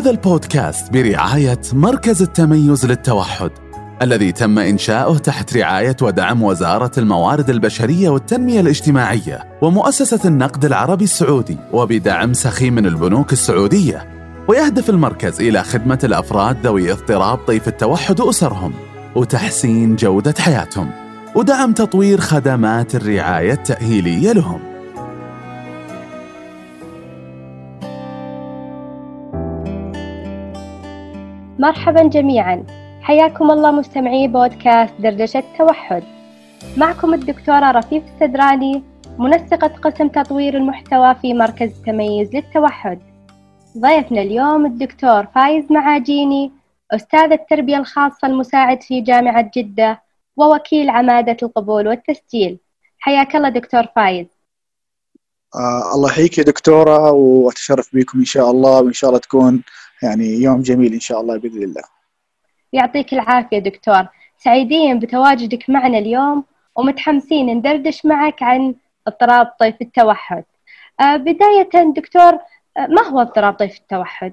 هذا البودكاست برعاية مركز التميز للتوحد، الذي تم إنشاؤه تحت رعاية ودعم وزارة الموارد البشرية والتنمية الاجتماعية ومؤسسة النقد العربي السعودي، وبدعم سخي من البنوك السعودية. ويهدف المركز إلى خدمة الأفراد ذوي اضطراب طيف التوحد وأسرهم، وتحسين جودة حياتهم، ودعم تطوير خدمات الرعاية التأهيلية لهم. مرحبا جميعا، حياكم الله مستمعي بودكاست دردشة توحد. معكم الدكتورة رفيف السدراني، منسقة قسم تطوير المحتوى في مركز التميز للتوحد. ضيفنا اليوم الدكتور فايز معاجيني، أستاذ التربية الخاصة المساعد في جامعة جدة ووكيل عمادة القبول والتسجيل. حياك الله دكتور فايز. الله يحييك يا دكتورة، وأتشرف بكم إن شاء الله، وإن شاء الله تكون يوم جميل إن شاء الله بإذن الله. يعطيك العافية دكتور، سعيدين بتواجدك معنا اليوم ومتحمسين ندردش معك عن اضطراب طيف التوحد. بداية دكتور، ما هو اضطراب طيف التوحد؟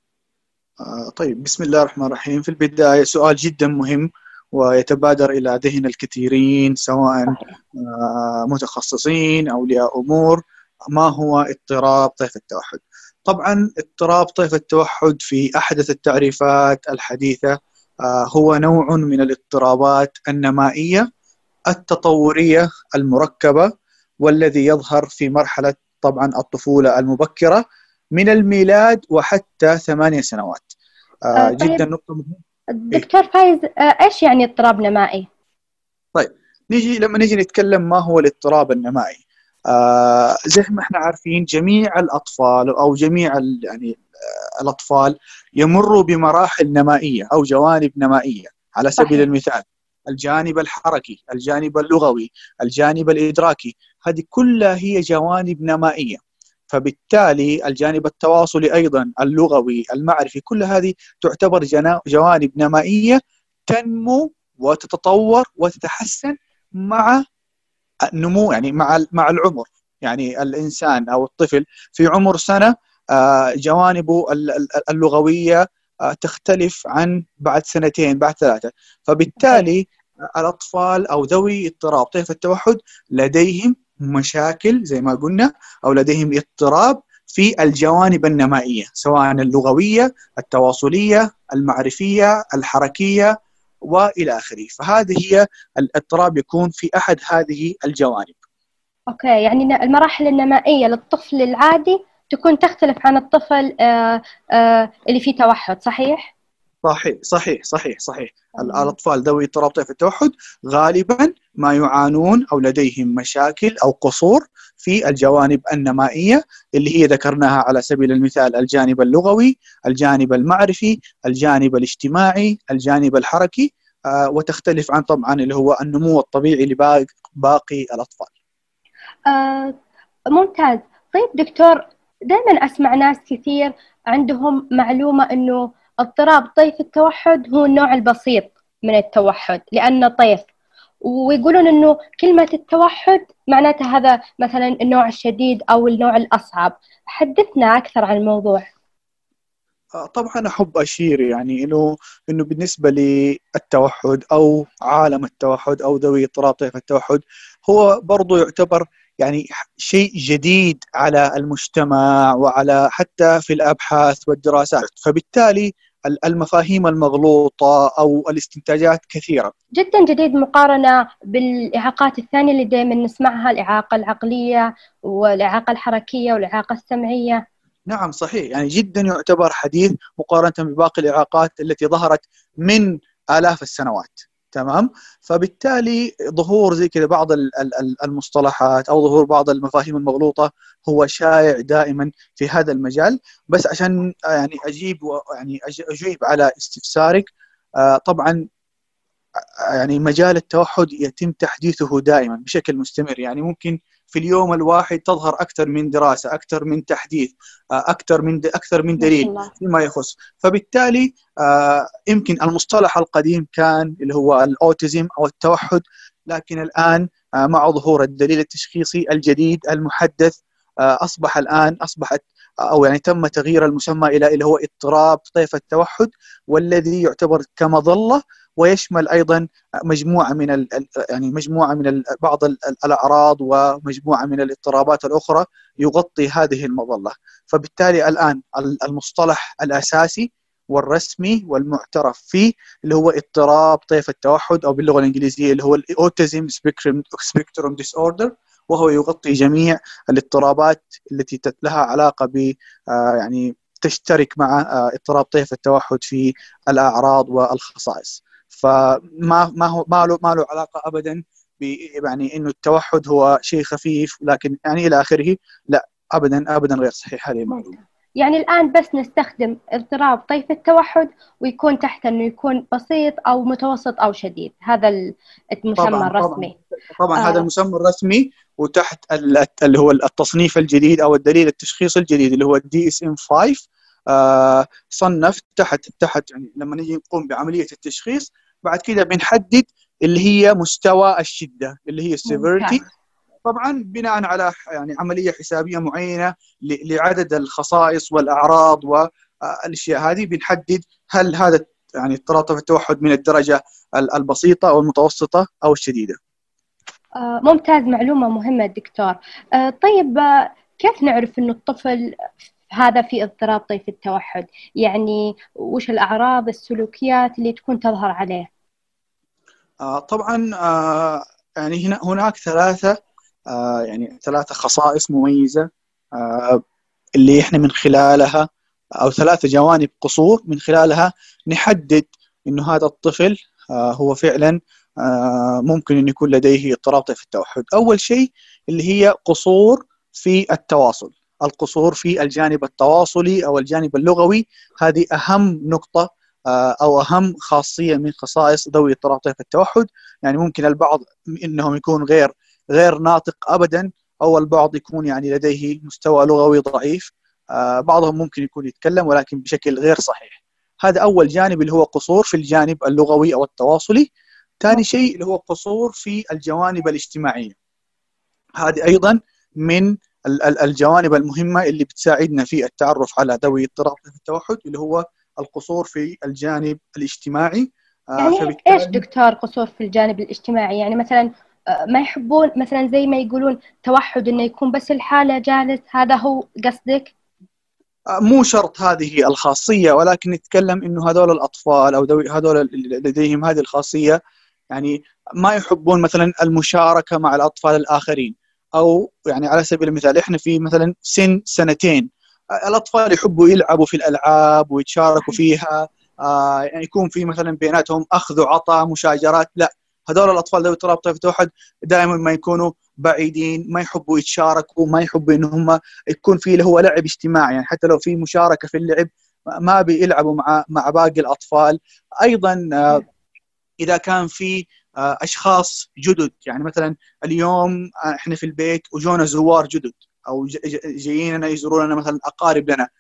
طيب، بسم الله الرحمن الرحيم. في البداية سؤال جدا مهم ويتبادر إلى ذهن الكثيرين، سواء متخصصين أو أولياء أمور: ما هو اضطراب طيف التوحد؟ طبعا اضطراب طيف التوحد في أحدث التعريفات الحديثة هو نوع من الاضطرابات النمائية التطورية المركبة، والذي يظهر في مرحلة طبعا الطفولة المبكرة من الميلاد وحتى 8 سنوات. جدا نقطة مهمة. دكتور فايز، إيش يعني اضطراب نمائي؟ طيب، لما نيجي نتكلم ما هو الاضطراب النمائي، زي ما احنا عارفين جميع الأطفال أو جميع الأطفال يمروا بمراحل نمائية أو جوانب نمائية. على سبيل المثال الجانب الحركي، الجانب اللغوي، الجانب الإدراكي، هذه كلها هي جوانب نمائية. فبالتالي الجانب التواصلي أيضا، اللغوي، المعرفي، كل هذه تعتبر جوانب نمائية تنمو وتتطور وتتحسن مع النمو، يعني مع العمر. يعني الإنسان أو الطفل في عمر سنة جوانبه اللغوية تختلف عن بعد سنتين، بعد 3. فبالتالي الأطفال أو ذوي اضطراب طيف التوحد لديهم مشاكل زي ما قلنا، أو لديهم اضطراب في الجوانب النمائية، سواء اللغوية، التواصلية، المعرفية، الحركية وإلى آخره. فهذه هي الاضطراب، يكون في أحد هذه الجوانب. أوكي، يعني المراحل النمائية للطفل العادي تكون تختلف عن الطفل اللي فيه توحد، صحيح؟ صحيح. الأطفال ذوي اضطراب طيف التوحد غالبا ما يعانون أو لديهم مشاكل أو قصور في الجوانب النمائية اللي هي ذكرناها، على سبيل المثال الجانب اللغوي، الجانب المعرفي، الجانب الاجتماعي، الجانب الحركي، وتختلف عن طبعا اللي هو النمو الطبيعي لباقي الأطفال. ممتاز. طيب دكتور، دائما أسمع ناس كثير عندهم معلومة أنه اضطراب طيف التوحد هو النوع البسيط من التوحد لأنه طيف، ويقولون أنه كلمة التوحد معناتها هذا مثلا النوع الشديد أو النوع الأصعب. حدثنا أكثر عن الموضوع. طبعا أحب أشير إنه بالنسبة للتوحد أو عالم التوحد أو ذوي اضطراب طيف التوحد، هو برضو يعتبر شيء جديد على المجتمع وعلى حتى في الأبحاث والدراسات. فبالتالي المفاهيم المغلوطة أو الاستنتاجات كثيرة جدا جديد مقارنة بالإعاقات الثانية اللي دائما نسمعها، الإعاقة العقلية والإعاقة الحركية والإعاقة السمعية. نعم صحيح، جدا يعتبر حديث مقارنة بباقي الإعاقات التي ظهرت من آلاف السنوات. تمام. فبالتالي ظهور زي كذا بعض المصطلحات أو ظهور بعض المفاهيم المغلوطة هو شائع دائما في هذا المجال. بس عشان أجيب على استفسارك، طبعا مجال التوحد يتم تحديثه دائما بشكل مستمر. ممكن في اليوم الواحد تظهر أكثر من دراسة، أكثر من تحديث، أكثر من دليل فيما يخص. فبالتالي يمكن المصطلح القديم كان اللي هو الأوتيزم أو التوحد، لكن الآن مع ظهور الدليل التشخيصي الجديد المحدث أصبحت أو يعني تم تغيير المسمى إلى اللي هو اضطراب طيف التوحد، والذي يعتبر كمظلة، ويشمل أيضا مجموعة من بعض الأعراض ومجموعة من الاضطرابات الأخرى يغطي هذه المظلة. فبالتالي الآن المصطلح الأساسي والرسمي والمعترف فيه اللي هو اضطراب طيف التوحد، أو باللغة الإنجليزية اللي هو الأوتيزم سبيكتروم ديس أوردر، وهو يغطي جميع الاضطرابات التي لها علاقة ب يعني تشترك مع اضطراب طيف التوحد في الأعراض والخصائص. فما ما له علاقة أبدا يعني إنه التوحد هو شيء خفيف لكن يعني إلى آخره، لا أبدا أبدا غير صحيح هذه المعلومة. يعني الآن بس نستخدم اضطراب طيف التوحد ويكون تحت أنه يكون بسيط أو متوسط أو شديد، هذا المسمى الرسمي. طبعا هذا المسمى الرسمي، وتحت اللي هو التصنيف الجديد أو الدليل التشخيصي الجديد اللي هو DSM-5 صنف تحت يعني لما نجي نقوم بعملية التشخيص بعد كده بنحدد اللي هي مستوى الشدة اللي هي severity، طبعا بناء على يعني عملية حسابية معينة لعدد الخصائص والأعراض والأشياء هذه، بنحدد هل هذا يعني اضطراب طيف التوحد من الدرجة البسيطة أو المتوسطة أو الشديدة. ممتاز، معلومة مهمة دكتور. طيب كيف نعرف أنه الطفل هذا في اضطراب طيف التوحد؟ يعني وش الأعراض السلوكيات اللي تكون تظهر عليه؟ طبعا يعني هناك ثلاثة خصائص مميزة اللي احنا من خلالها، أو ثلاثة جوانب قصور من خلالها نحدد إنه هذا الطفل هو فعلا ممكن أن يكون لديه اضطراب طيف التوحد. أول شيء اللي هي قصور في التواصل، القصور في الجانب التواصلي أو الجانب اللغوي، هذه أهم نقطة أو أهم خاصية من خصائص ذوي اضطراب طيف التوحد. يعني ممكن البعض إنهم يكون غير ناطق أبدا، أو البعض يكون يعني لديه مستوى لغوي ضعيف، بعضهم ممكن يكون يتكلم ولكن بشكل غير صحيح. هذا أول جانب اللي هو قصور في الجانب اللغوي أو التواصلي. ثاني شيء اللي هو قصور في الجوانب الاجتماعية، هذه أيضا من الجوانب المهمة اللي بتساعدنا في التعرف على ذوي اضطراب التوحد، اللي هو القصور في الجانب الاجتماعي. يعني إيش دكتور قصور في الجانب الاجتماعي؟ يعني مثلا ما يحبون مثلا زي ما يقولون توحد إنه يكون بس الحالة جالس، هذا هو قصدك؟ مو شرط هذه الخاصية، ولكن نتكلم إنه هذول الأطفال أو هذول لديهم هذه الخاصية، يعني ما يحبون مثلا المشاركة مع الأطفال الآخرين. أو يعني على سبيل المثال إحنا في مثلا سنتين الأطفال يحبوا يلعبوا في الألعاب ويتشاركوا فيها، يعني يكون في مثلا بيناتهم أخذ وعطاء مشاجرات. لا، هذول الأطفال ذوي اضطراب طيف التوحد دائما ما يكونوا بعيدين، ما يحبوا يتشاركوا، ما يحبوا إن هم يكون في اللي هو لعب اجتماعي، يعني حتى لو في مشاركة في اللعب ما بيلعبوا مع باقي الأطفال. أيضا إذا كان في أشخاص جدد، يعني مثلا اليوم إحنا في البيت وجونا زوار جدد أو جايين يزوروننا مثلا أقارب لنا،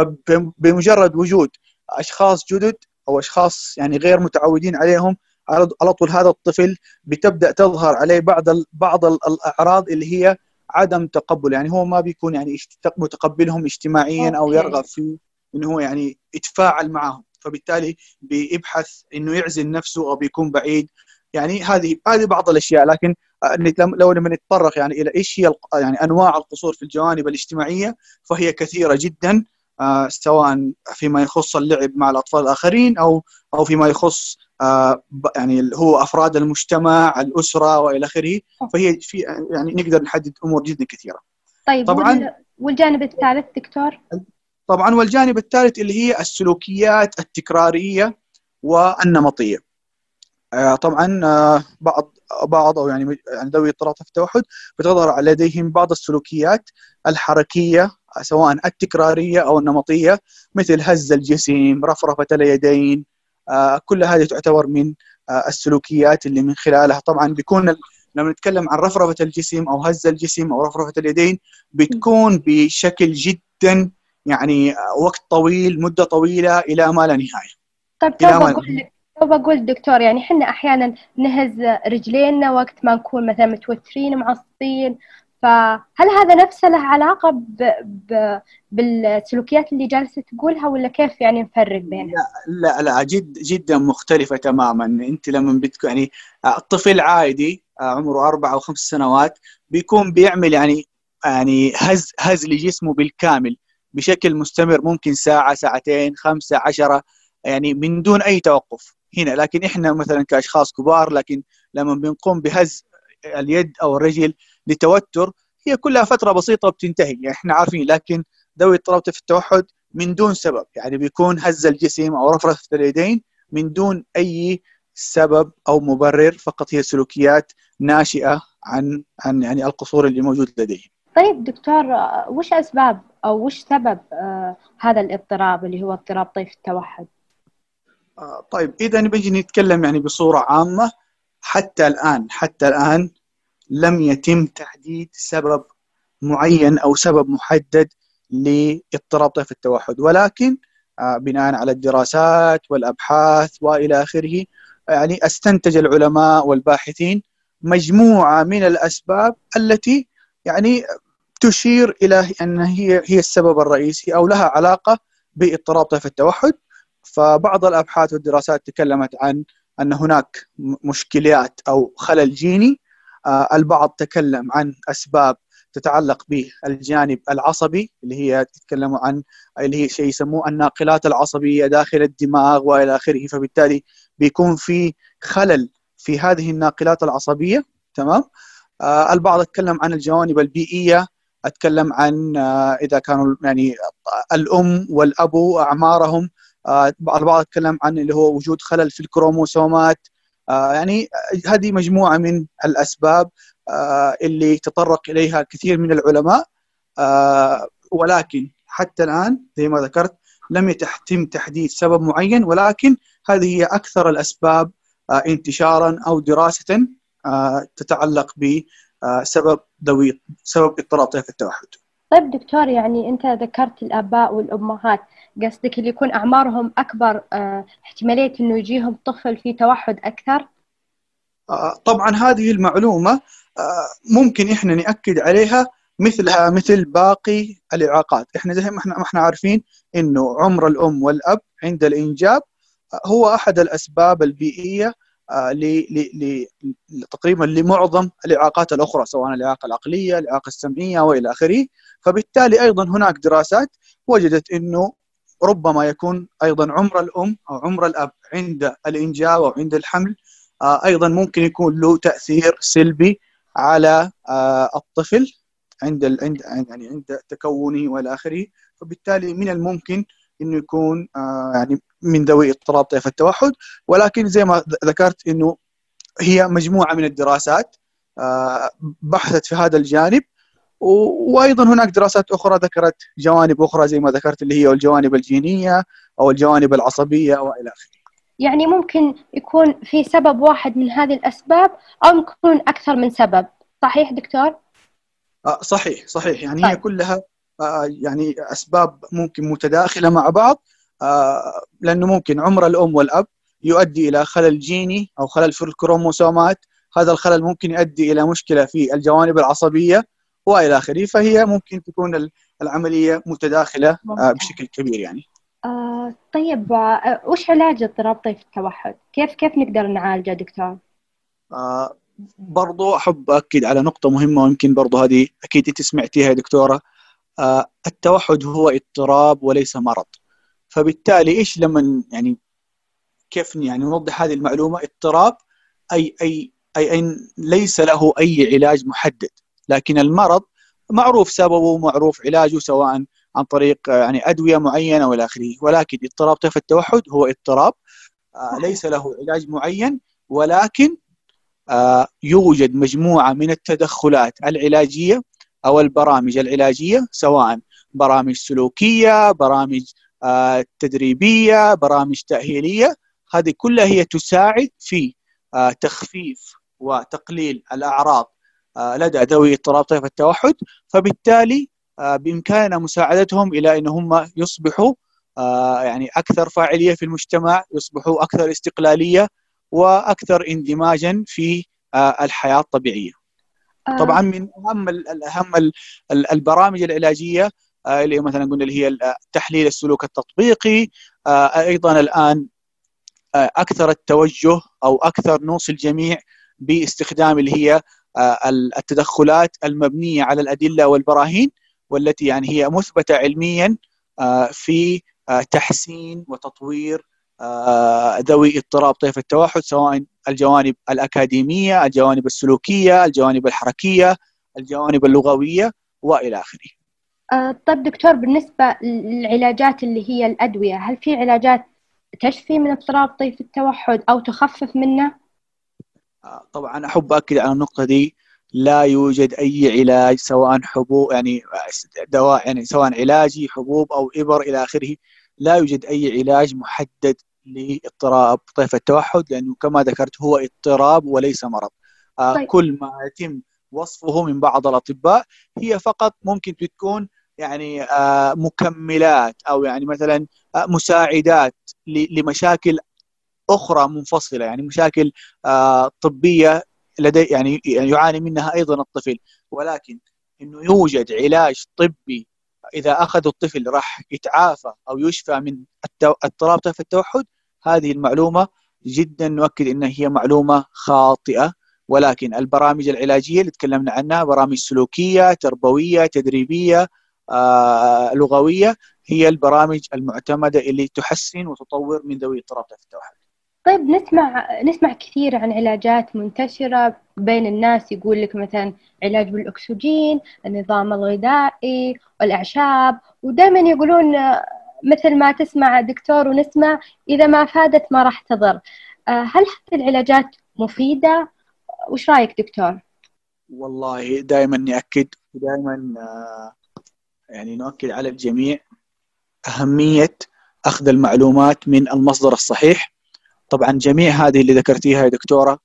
فبمجرد وجود أشخاص جدد أو أشخاص يعني غير متعودين عليهم، على طول هذا الطفل بتبدأ تظهر عليه بعض الأعراض اللي هي عدم تقبل، يعني هو ما بيكون يعني متقبلهم اجتماعيا أو يرغب في إنه هو يعني يتفاعل معهم، فبالتالي بيبحث إنه يعزل نفسه أو بيكون بعيد. يعني هذه بعض الأشياء. لكن لو لما نتطرق يعني إلى إيش هي يعني أنواع القصور في الجوانب الاجتماعية، فهي كثيرة جدا، سواء فيما يخص اللعب مع الأطفال الآخرين أو فيما يخص يعني هو أفراد المجتمع، الأسرة وإلى آخره. فهي في يعني نقدر نحدد أمور جدا كثيرة. طيب طبعا والجانب الثالث دكتور؟ طبعا والجانب الثالث اللي هي السلوكيات التكرارية والنمطية. طبعا بعض أو يعني ذوي اضطراب التوحد بتظهر لديهم بعض السلوكيات الحركية سواء التكرارية أو النمطية، مثل هز الجسم، رفرفة اليدين، كل هذه تعتبر من السلوكيات اللي من خلالها طبعا بيكون لما نتكلم عن رفرفة الجسم أو هز الجسم أو رفرفة اليدين بتكون بشكل جدا يعني وقت طويل، مدة طويلة إلى ما لا نهاية. طب بقول دكتور، يعني حنا أحيانا نهز رجلينا وقت ما نكون مثلا متوترين معصبين، فهل هذا نفسه له علاقة بالسلوكيات اللي جالسة تقولها، ولا كيف يعني نفرق بينها؟ لا جدا مختلفة تماما. انت لما يعني الطفل عادي عمره 4 أو 5 سنوات بيكون بيعمل يعني هز لجسمه بالكامل بشكل مستمر، ممكن ساعة، ساعتين، 5، 10، يعني من دون أي توقف هنا. لكن إحنا مثلا كأشخاص كبار، لكن لما بنقوم بهز اليد أو الرجل لتوتر، هي كلها فترة بسيطة وبتنتهي، يعني إحنا عارفين. لكن ذوي اضطراب التوحد من دون سبب، يعني بيكون هز الجسم أو رفرفة اليدين من دون أي سبب أو مبرر، فقط هي سلوكيات ناشئة عن يعني القصور اللي موجود لديه. طيب دكتور، وش أسباب أو وش سبب هذا الاضطراب اللي هو اضطراب طيف التوحد؟ طيب إذا بنجي نتكلم يعني بصورة عامة، حتى الآن لم يتم تحديد سبب معين أو سبب محدد لاضطراب طيف التوحد، ولكن بناء على الدراسات والأبحاث وإلى آخره، يعني استنتج العلماء والباحثين مجموعة من الأسباب التي يعني تشير إلى أن هي السبب الرئيسي أو لها علاقة باضطراب طيف التوحد. فبعض الأبحاث والدراسات تكلمت عن أن هناك مشكلات أو خلل جيني. البعض تكلم عن أسباب تتعلق بالجانب العصبي، اللي هي تتكلموا عن اللي هي شيء يسموه الناقلات العصبية داخل الدماغ وإلى آخره، فبالتالي بيكون في خلل في هذه الناقلات العصبية. تمام. البعض اتكلم عن الجوانب البيئية، اتكلم عن إذا كانوا يعني الأم والأبو أعمارهم. البعض اتكلم عن اللي هو وجود خلل في الكروموسومات. يعني هذه مجموعة من الأسباب اللي تطرق إليها كثير من العلماء. ولكن حتى الآن زي ما ذكرت لم يتم تحديد سبب معين، ولكن هذه هي أكثر الأسباب انتشارا أو دراسة تتعلق بسبب سبب اضطراب طيف التوحد. طيب دكتور، يعني أنت ذكرت الآباء والأمهات، قصدك اللي يكون أعمارهم أكبر احتمالية إنه يجيهم طفل فيه توحد أكثر؟ طبعا هذه المعلومة ممكن إحنا نأكد عليها مثلها مثل باقي الإعاقات. إحنا زي ما إحنا عارفين إنه عمر الأم والأب عند الإنجاب هو أحد الأسباب البيئية تقريبا لمعظم الإعاقات الأخرى، سواء الإعاقة العقلية، الإعاقة السمعية وإلى آخره. فبالتالي أيضا هناك دراسات وجدت أنه ربما يكون أيضا عمر الأم أو عمر الأب عند الإنجاب أو عند الحمل أيضا ممكن يكون له تأثير سلبي على الطفل عند تكونه والى اخره. فبالتالي من الممكن انه يكون يعني من ذوي اضطراب طيف التوحد. ولكن زي ما ذكرت انه هي مجموعه من الدراسات بحثت في هذا الجانب، وايضا هناك دراسات اخرى ذكرت جوانب اخرى زي ما ذكرت اللي هي الجوانب الجينيه او الجوانب العصبيه والى اخره. يعني ممكن يكون في سبب واحد من هذه الأسباب أو يكون أكثر من سبب، صحيح دكتور؟ صحيح يعني هي كلها يعني أسباب ممكن متداخلة مع بعض. لأنه ممكن عمر الأم والأب يؤدي إلى خلل جيني أو خلل في الكروموسومات، هذا الخلل ممكن يؤدي إلى مشكلة في الجوانب العصبية وإلى آخره. فهي ممكن تكون العملية متداخلة بشكل كبير يعني. طيب وش علاج اضطراب طيف التوحد؟ كيف نقدر نعالجه دكتور؟ برضو أحب أكد على نقطة مهمة، ويمكن برضو هذه أكيد أنت سمعتيها يا دكتورة. التوحد هو اضطراب وليس مرض. فبالتالي إيش لما يعني كيف يعني نوضح هذه المعلومة؟ اضطراب أي ليس له أي علاج محدد، لكن المرض معروف سببه ومعروف علاجه، سواء عن طريق يعني أدوية معينة وإلى آخره. ولكن اضطراب طيف التوحد هو اضطراب ليس له علاج معين، ولكن يوجد مجموعة من التدخلات العلاجية أو البرامج العلاجية، سواء برامج سلوكية، برامج تدريبية، برامج تأهيلية. هذه كلها هي تساعد في تخفيف وتقليل الأعراض لدى ذوي اضطراب طيف التوحد. فبالتالي بإمكاننا مساعدتهم إلى أن هم يصبحوا يعني أكثر فاعلية في المجتمع، يصبحوا أكثر استقلالية وأكثر اندماجا في الحياة الطبيعية. طبعا من أهم البرامج العلاجية اللي مثلا قلنا اللي هي تحليل السلوك التطبيقي. أيضا الآن أكثر التوجه أو أكثر نوصي الجميع باستخدام اللي هي التدخلات المبنية على الأدلة والبراهين، والتي يعني هي مثبتة علميا في تحسين وتطوير ذوي اضطراب طيف التوحد، سواء الجوانب الأكاديمية، الجوانب السلوكية، الجوانب الحركية، الجوانب اللغوية وإلى آخره. طيب دكتور، بالنسبة للعلاجات اللي هي الأدوية، هل في علاجات تشفي من اضطراب طيف التوحد أو تخفف منه؟ طبعا أحب أكد على النقطة دي، لا يوجد أي علاج سواء حبوب يعني دواء، يعني سواء علاجي حبوب أو إبر إلى آخره، لا يوجد أي علاج محدد لاضطراب طيف التوحد، لأنه كما ذكرت هو اضطراب وليس مرض. طيب. كل ما يتم وصفه من بعض الأطباء هي فقط ممكن تكون يعني مكملات أو يعني مثلا مساعدات لمشاكل أخرى منفصلة، يعني مشاكل طبية لدي يعني يعاني منها أيضا الطفل، ولكن إنه يوجد علاج طبي إذا أخذ الطفل راح يتعافى أو يشفى من اضطراب طيف التوحد، هذه المعلومة جدا نؤكد أنها هي معلومة خاطئة. ولكن البرامج العلاجية اللي تكلمنا عنها برامج سلوكية، تربوية، تدريبية، لغوية، هي البرامج المعتمدة اللي تحسن وتطور من ذوي اضطراب طيف التوحد. طيب، نسمع كثير عن علاجات منتشرة بين الناس، يقول لك مثلا علاج بالأكسجين، النظام الغذائي والأعشاب، ودائما يقولون مثل ما تسمع دكتور ونسمع إذا ما فادت ما راح تضر. هل هذه العلاجات مفيدة؟ وش رأيك دكتور؟ والله دائما نأكد ودائما يعني نؤكد على الجميع أهمية أخذ المعلومات من المصدر الصحيح. طبعا جميع هذه اللي ذكرتيها يا دكتورة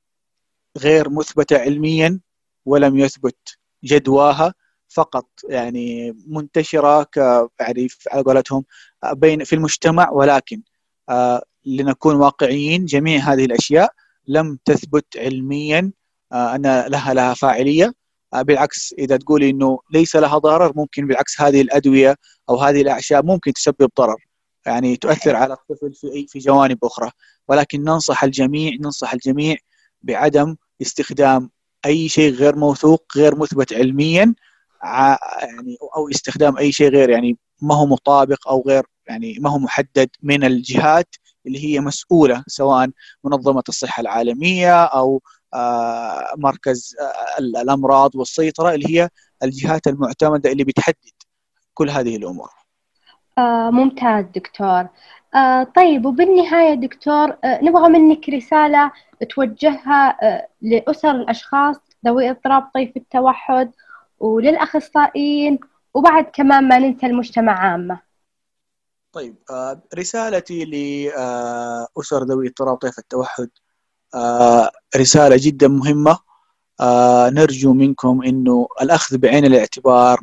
غير مثبتة علميا، ولم يثبت جدواها، فقط يعني منتشرة يعني على قولتهم بين في المجتمع، ولكن لنكون واقعيين جميع هذه الأشياء لم تثبت علميا أن لها فاعلية. بالعكس، إذا تقولي إنه ليس لها ضرر، ممكن بالعكس هذه الأدوية أو هذه الأعشاب ممكن تسبب ضرر، يعني تؤثر على الطفل في جوانب أخرى. ولكن ننصح الجميع بعدم استخدام أي شيء غير موثوق، غير مثبت علميا، يعني أو استخدام أي شيء غير يعني ما هو مطابق أو غير يعني ما هو محدد من الجهات اللي هي مسؤولة، سواء منظمة الصحة العالمية أو مركز الأمراض والسيطرة، اللي هي الجهات المعتمدة اللي بتحدد كل هذه الأمور. ممتاز دكتور. طيب، وبالنهاية دكتور، نبغى منك رسالة توجهها لأسر الأشخاص ذوي اضطراب طيف التوحد وللأخصائيين، وبعد كمان ما ننسى المجتمع عامة. طيب، رسالتي لأسر ذوي اضطراب طيف التوحد رسالة جدا مهمة. نرجو منكم إنه الأخذ بعين الاعتبار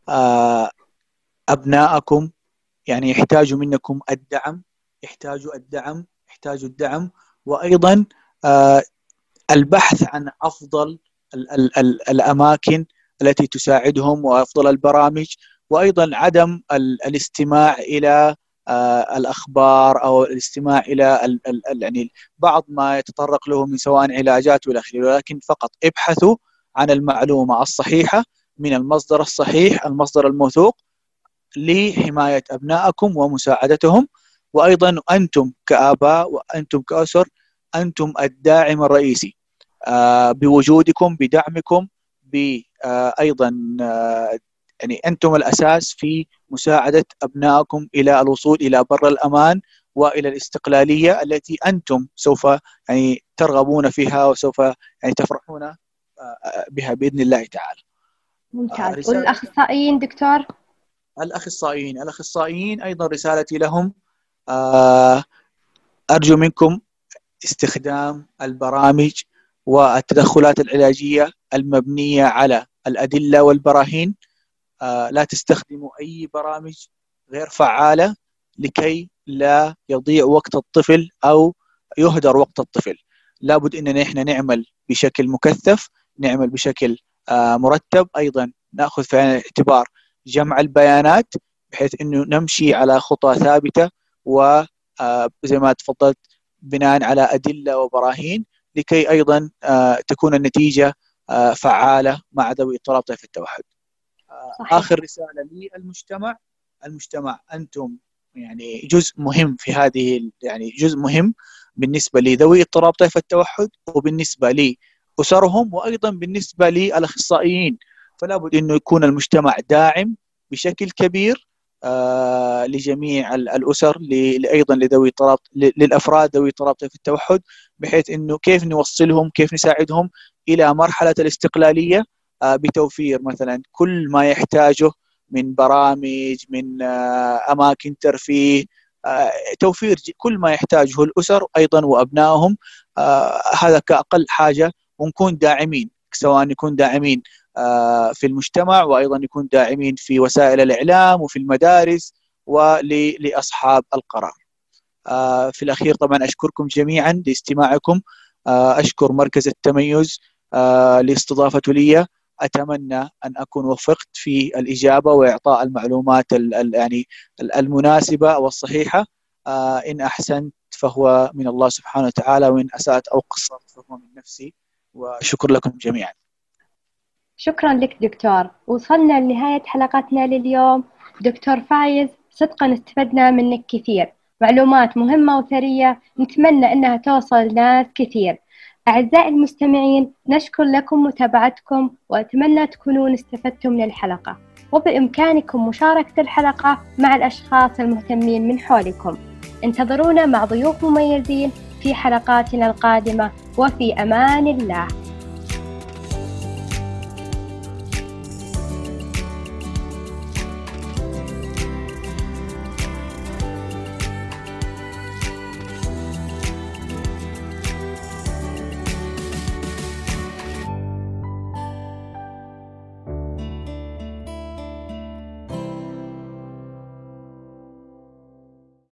أبنائكم، يعني يحتاجوا منكم الدعم، يحتاجوا الدعم، وأيضا البحث عن أفضل الأماكن التي تساعدهم وأفضل البرامج، وأيضا عدم الاستماع إلى الأخبار أو الاستماع إلى يعني بعض ما يتطرق له من سواء علاجات وإلى آخره، ولكن فقط ابحثوا عن المعلومة الصحيحة من المصدر الصحيح، المصدر الموثوق، لحماية أبنائكم ومساعدتهم. وأيضا أنتم كآباء وأنتم كأسر أنتم الداعم الرئيسي، بوجودكم، بدعمكم، أيضا يعني أنتم الأساس في مساعدة أبنائكم إلى الوصول إلى بر الأمان وإلى الاستقلالية التي أنتم سوف يعني ترغبون فيها وسوف يعني تفرحون بها بإذن الله تعالى. ممتاز. والأخصائيين دكتور؟ الأخصائيين أيضا رسالتي لهم أرجو منكم استخدام البرامج والتدخلات العلاجية المبنية على الأدلة والبراهين. لا تستخدموا أي برامج غير فعالة لكي لا يضيع وقت الطفل أو يهدر وقت الطفل. لابد أننا نحن نعمل بشكل مكثف نعمل بشكل مرتب. أيضا نأخذ في عين الاعتبار جمع البيانات بحيث أنه نمشي على خطى ثابتة، وزي ما تفضلت بناء على أدلة وبراهين، لكي أيضا تكون النتيجة فعالة مع ذوي اضطراب طيف التوحد. آخر رسالة المجتمع أنتم يعني جزء مهم في هذه، يعني جزء مهم بالنسبة لذوي اضطراب طيف التوحد، وبالنسبة لأسرهم، وأيضا بالنسبة للأخصائيين. فلا بد أنه يكون المجتمع داعم بشكل كبير لجميع الأسر، أيضا للأفراد ذوي اضطراب طيف التوحد، بحيث أنه كيف نوصلهم، كيف نساعدهم إلى مرحلة الاستقلالية بتوفير مثلا كل ما يحتاجه من برامج، من أماكن ترفيه، توفير كل ما يحتاجه الأسر أيضا وأبنائهم. هذا كأقل حاجة، ونكون داعمين، سواء نكون داعمين في المجتمع، وأيضا يكون داعمين في وسائل الإعلام وفي المدارس ولأصحاب القرار. في الأخير طبعا أشكركم جميعا لاستماعكم، أشكر مركز التميز لاستضافته لي. أتمنى أن أكون وفقت في الإجابة وإعطاء المعلومات يعني المناسبة والصحيحة. إن أحسنت فهو من الله سبحانه وتعالى، وإن أسأت أو قصرت فهو من نفسي. وشكر لكم جميعا. شكرا لك دكتور. وصلنا لنهاية حلقتنا لليوم. دكتور فايز، صدقا استفدنا منك كثير، معلومات مهمة وثرية نتمنى أنها توصل لناس كثير. أعزائي المستمعين، نشكر لكم متابعتكم، وأتمنى تكونون استفدتم من الحلقة، وبإمكانكم مشاركة الحلقة مع الأشخاص المهتمين من حولكم. انتظرونا مع ضيوف مميزين في حلقاتنا القادمة، وفي أمان الله.